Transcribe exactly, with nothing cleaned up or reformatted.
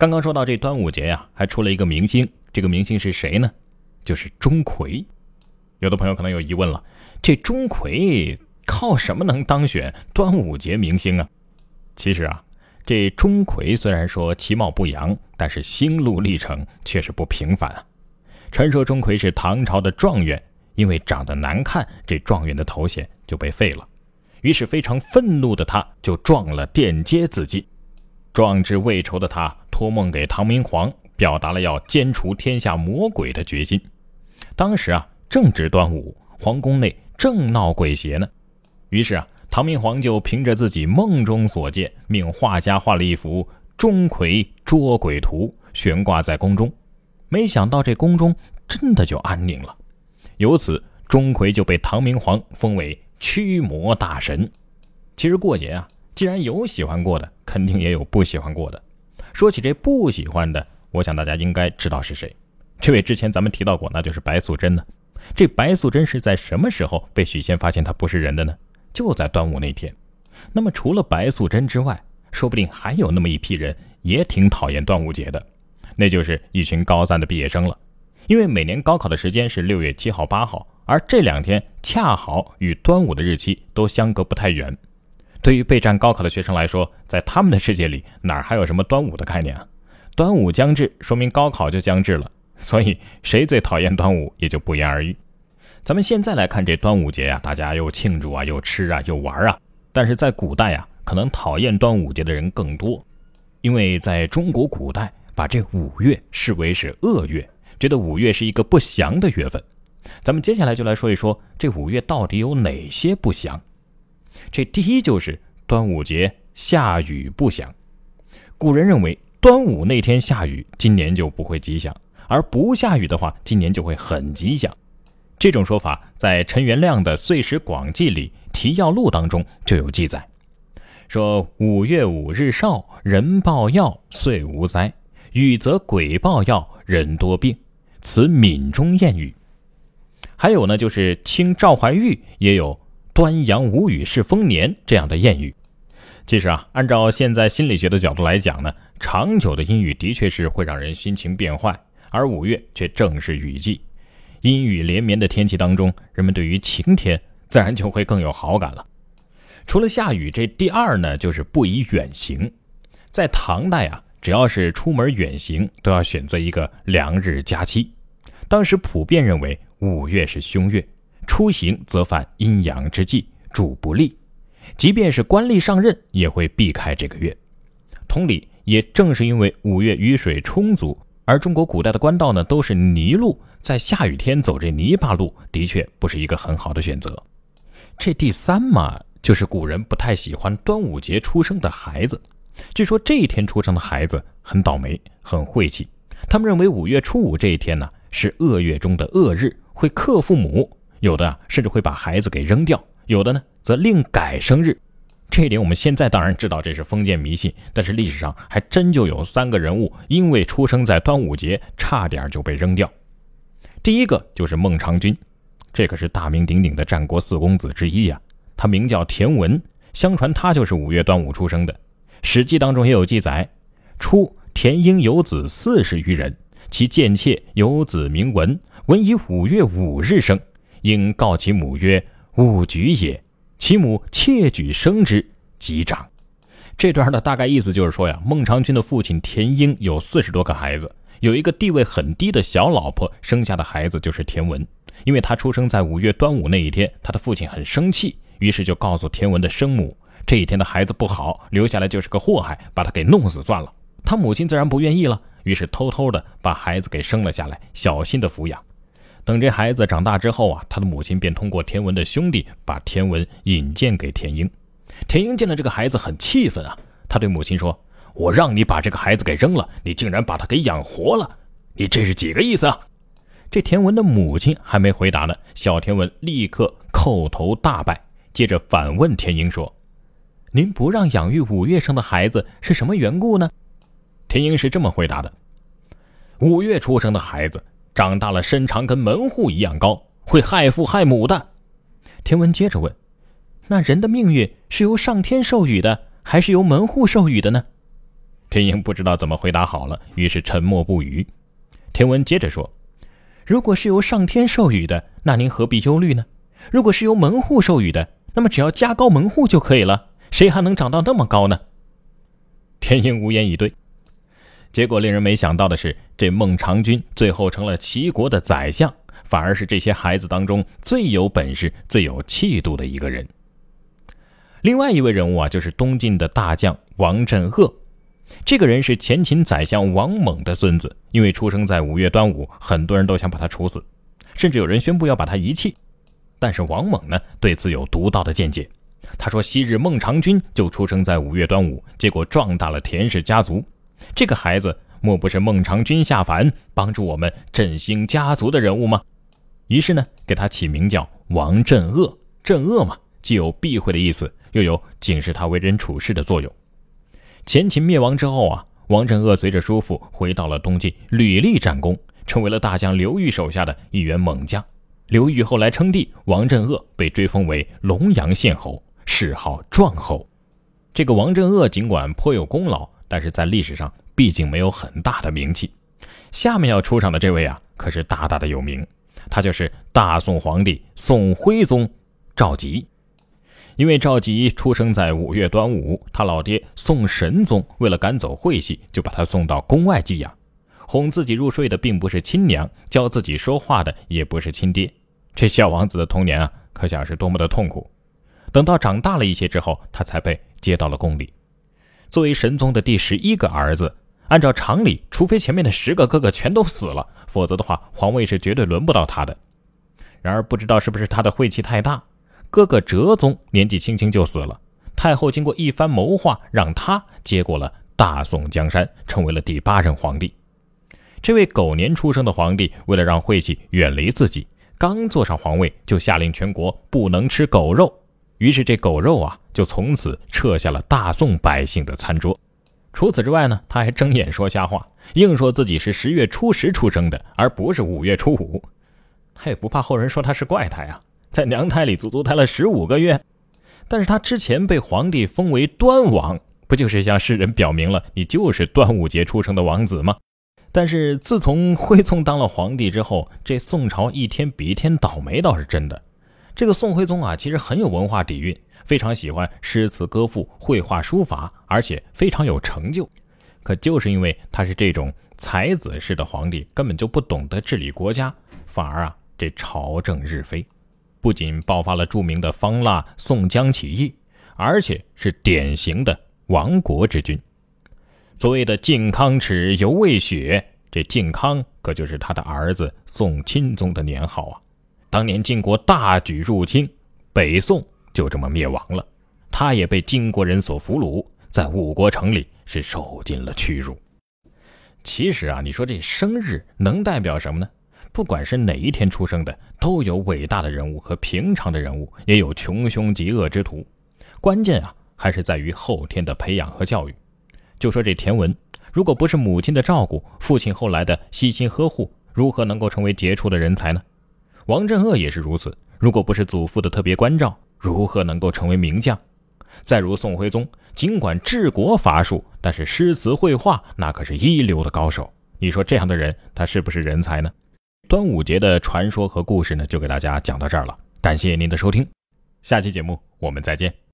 刚刚说到这端午节呀、啊，还出了一个明星，这个明星是谁呢？就是钟馗。有的朋友可能有疑问了，这钟馗靠什么能当选端午节明星啊？其实啊，这钟馗虽然说其貌不扬，但是心路历程确实不平凡啊。传说钟馗是唐朝的状元，因为长得难看，这状元的头衔就被废了。于是非常愤怒的他就撞了殿阶自尽。壮志未酬的他托梦给唐明皇，表达了要歼除天下魔鬼的决心。当时啊，正值端午，皇宫内正闹鬼邪呢。于是啊，唐明皇就凭着自己梦中所见，命画家画了一幅钟馗捉鬼图，悬挂在宫中。没想到这宫中真的就安宁了。由此，钟馗就被唐明皇封为驱魔大神。其实过节啊，既然有喜欢过的，肯定也有不喜欢过的。说起这不喜欢的，我想大家应该知道是谁。这位之前咱们提到过，那就是白素贞呢。这白素贞是在什么时候被许仙发现她不是人的呢？就在端午那天。那么除了白素贞之外，说不定还有那么一批人也挺讨厌端午节的，那就是一群高三的毕业生了。因为每年高考的时间是六月七号、八号，而这两天恰好与端午的日期都相隔不太远。对于备战高考的学生来说，在他们的世界里哪还有什么端午的概念啊？端午将至，说明高考就将至了，所以谁最讨厌端午也就不言而喻。咱们现在来看这端午节啊，大家又庆祝啊，又吃啊，又玩啊。但是在古代啊，可能讨厌端午节的人更多，因为在中国古代把这五月视为是恶月，觉得五月是一个不祥的月份。咱们接下来就来说一说这五月到底有哪些不祥。这第一就是端午节下雨不祥。古人认为端午那天下雨，今年就不会吉祥，而不下雨的话，今年就会很吉祥。这种说法在陈元亮的《岁时广记》里提要录当中就有记载，说五月五日少，人报药，岁无灾；雨则鬼报药，人多病，此闽中谚语。还有呢，就是清赵怀玉也有端阳无雨是丰年这样的谚语。其实啊，按照现在心理学的角度来讲呢，长久的阴雨的确是会让人心情变坏，而五月却正是雨季。阴雨连绵的天气当中，人们对于晴天自然就会更有好感了。除了下雨，这第二呢，就是不宜远行。在唐代啊，只要是出门远行，都要选择一个良日佳期。当时普遍认为五月是凶月，出行则犯阴阳之忌，主不利。即便是官吏上任，也会避开这个月。同理，也正是因为五月雨水充足，而中国古代的官道呢都是泥路，在下雨天走这泥巴路，的确不是一个很好的选择。这第三嘛，就是古人不太喜欢端午节出生的孩子。据说这一天出生的孩子很倒霉，很晦气。他们认为五月初五这一天呢，是恶月中的恶日，会克父母，有的啊甚至会把孩子给扔掉，有的呢则另改生日。这一点我们现在当然知道这是封建迷信，但是历史上还真就有三个人物因为出生在端午节差点就被扔掉。第一个就是孟尝君，这可是大名鼎鼎的战国四公子之一啊，他名叫田文，相传他就是五月端午出生的。史记当中也有记载，初田婴有子四十余人，其贱妾有子名文，文以五月五日生，应告其母曰：吾举也。其母窃举生之，即长。这段的大概意思就是说呀，孟尝君的父亲田婴有四十多个孩子，有一个地位很低的小老婆生下的孩子就是田文。因为他出生在五月端午那一天，他的父亲很生气，于是就告诉田文的生母，这一天的孩子不好，留下来就是个祸害，把他给弄死算了。他母亲自然不愿意了，于是偷偷的把孩子给生了下来，小心的抚养。等这孩子长大之后啊，他的母亲便通过田文的兄弟把田文引荐给田婴。田婴见了这个孩子很气愤啊，他对母亲说：我让你把这个孩子给扔了，你竟然把他给养活了，你这是几个意思啊？这田文的母亲还没回答呢，小田文立刻叩头大拜，接着反问田婴说：您不让养育五月生的孩子是什么缘故呢？田婴是这么回答的：五月出生的孩子长大了身长跟门户一样高，会害父害母的。田文接着问：那人的命运是由上天授予的，还是由门户授予的呢？ 田英不知道怎么回答好了，于是沉默不语。田文接着说，如果是由上天授予的，那您何必忧虑呢？如果是由门户授予的，那么只要加高门户就可以了，谁还能长到那么高呢？田英无言以对。结果令人没想到的是，这孟尝君最后成了齐国的宰相，反而是这些孩子当中最有本事、最有气度的一个人。另外一位人物啊，就是东晋的大将王镇恶。这个人是前秦宰相王猛的孙子，因为出生在五月端午，很多人都想把他处死，甚至有人宣布要把他遗弃。但是王猛呢，对此有独到的见解。他说昔日孟尝君就出生在五月端午，结果壮大了田氏家族。这个孩子莫不是孟尝君下凡帮助我们振兴家族的人物吗？于是呢，给他起名叫王镇恶。镇恶嘛，既有避讳的意思，又有警示他为人处事的作用。前秦灭亡之后啊，王镇恶随着叔父回到了东晋，屡立战功，成为了大将刘裕手下的一员猛将。刘裕后来称帝，王镇恶被追封为龙阳县侯，谥号壮侯。这个王镇恶尽管颇有功劳，但是在历史上毕竟没有很大的名气。下面要出场的这位啊，可是大大的有名，他就是大宋皇帝宋徽宗赵佶。因为赵佶出生在五月端午，他老爹宋神宗为了赶走晦气，就把他送到宫外寄养。哄自己入睡的并不是亲娘，教自己说话的也不是亲爹。这小王子的童年啊，可想是多么的痛苦。等到长大了一些之后，他才被接到了宫里。作为神宗的第十一个儿子，按照常理，除非前面的十个哥哥全都死了，否则的话，皇位是绝对轮不到他的。然而不知道是不是他的晦气太大，哥哥哲宗年纪轻轻就死了，太后经过一番谋划，让他接过了大宋江山，成为了第八任皇帝。这位狗年出生的皇帝，为了让晦气远离自己，刚坐上皇位就下令全国不能吃狗肉，于是这狗肉啊，就从此撤下了大宋百姓的餐桌。除此之外呢，他还睁眼说瞎话，硬说自己是十月初十出生的，而不是五月初五。他也不怕后人说他是怪胎啊，在娘胎里足足胎了十五个月。但是他之前被皇帝封为端王，不就是向世人表明了你就是端午节出生的王子吗？但是自从徽宗当了皇帝之后，这宋朝一天比一天倒霉倒是真的。这个宋徽宗啊，其实很有文化底蕴，非常喜欢诗词歌赋、绘画书法，而且非常有成就。可就是因为他是这种才子式的皇帝，根本就不懂得治理国家，反而啊，这朝政日非。不仅爆发了著名的方腊宋江起义，而且是典型的亡国之君。所谓的靖康耻犹未雪，这靖康可就是他的儿子宋钦宗的年号啊。当年晋国大举入侵，北宋就这么灭亡了，他也被金国人所俘虏，在五国城里是受尽了屈辱。其实啊，你说这生日能代表什么呢？不管是哪一天出生的，都有伟大的人物和平常的人物，也有穷凶极恶之徒。关键啊，还是在于后天的培养和教育。就说这田文，如果不是母亲的照顾，父亲后来的悉心呵护，如何能够成为杰出的人才呢？王镇恶也是如此，如果不是祖父的特别关照，如何能够成为名将？再如宋徽宗，尽管治国乏术，但是诗词绘画那可是一流的高手。你说这样的人，他是不是人才呢？端午节的传说和故事呢，就给大家讲到这儿了。感谢您的收听，下期节目我们再见。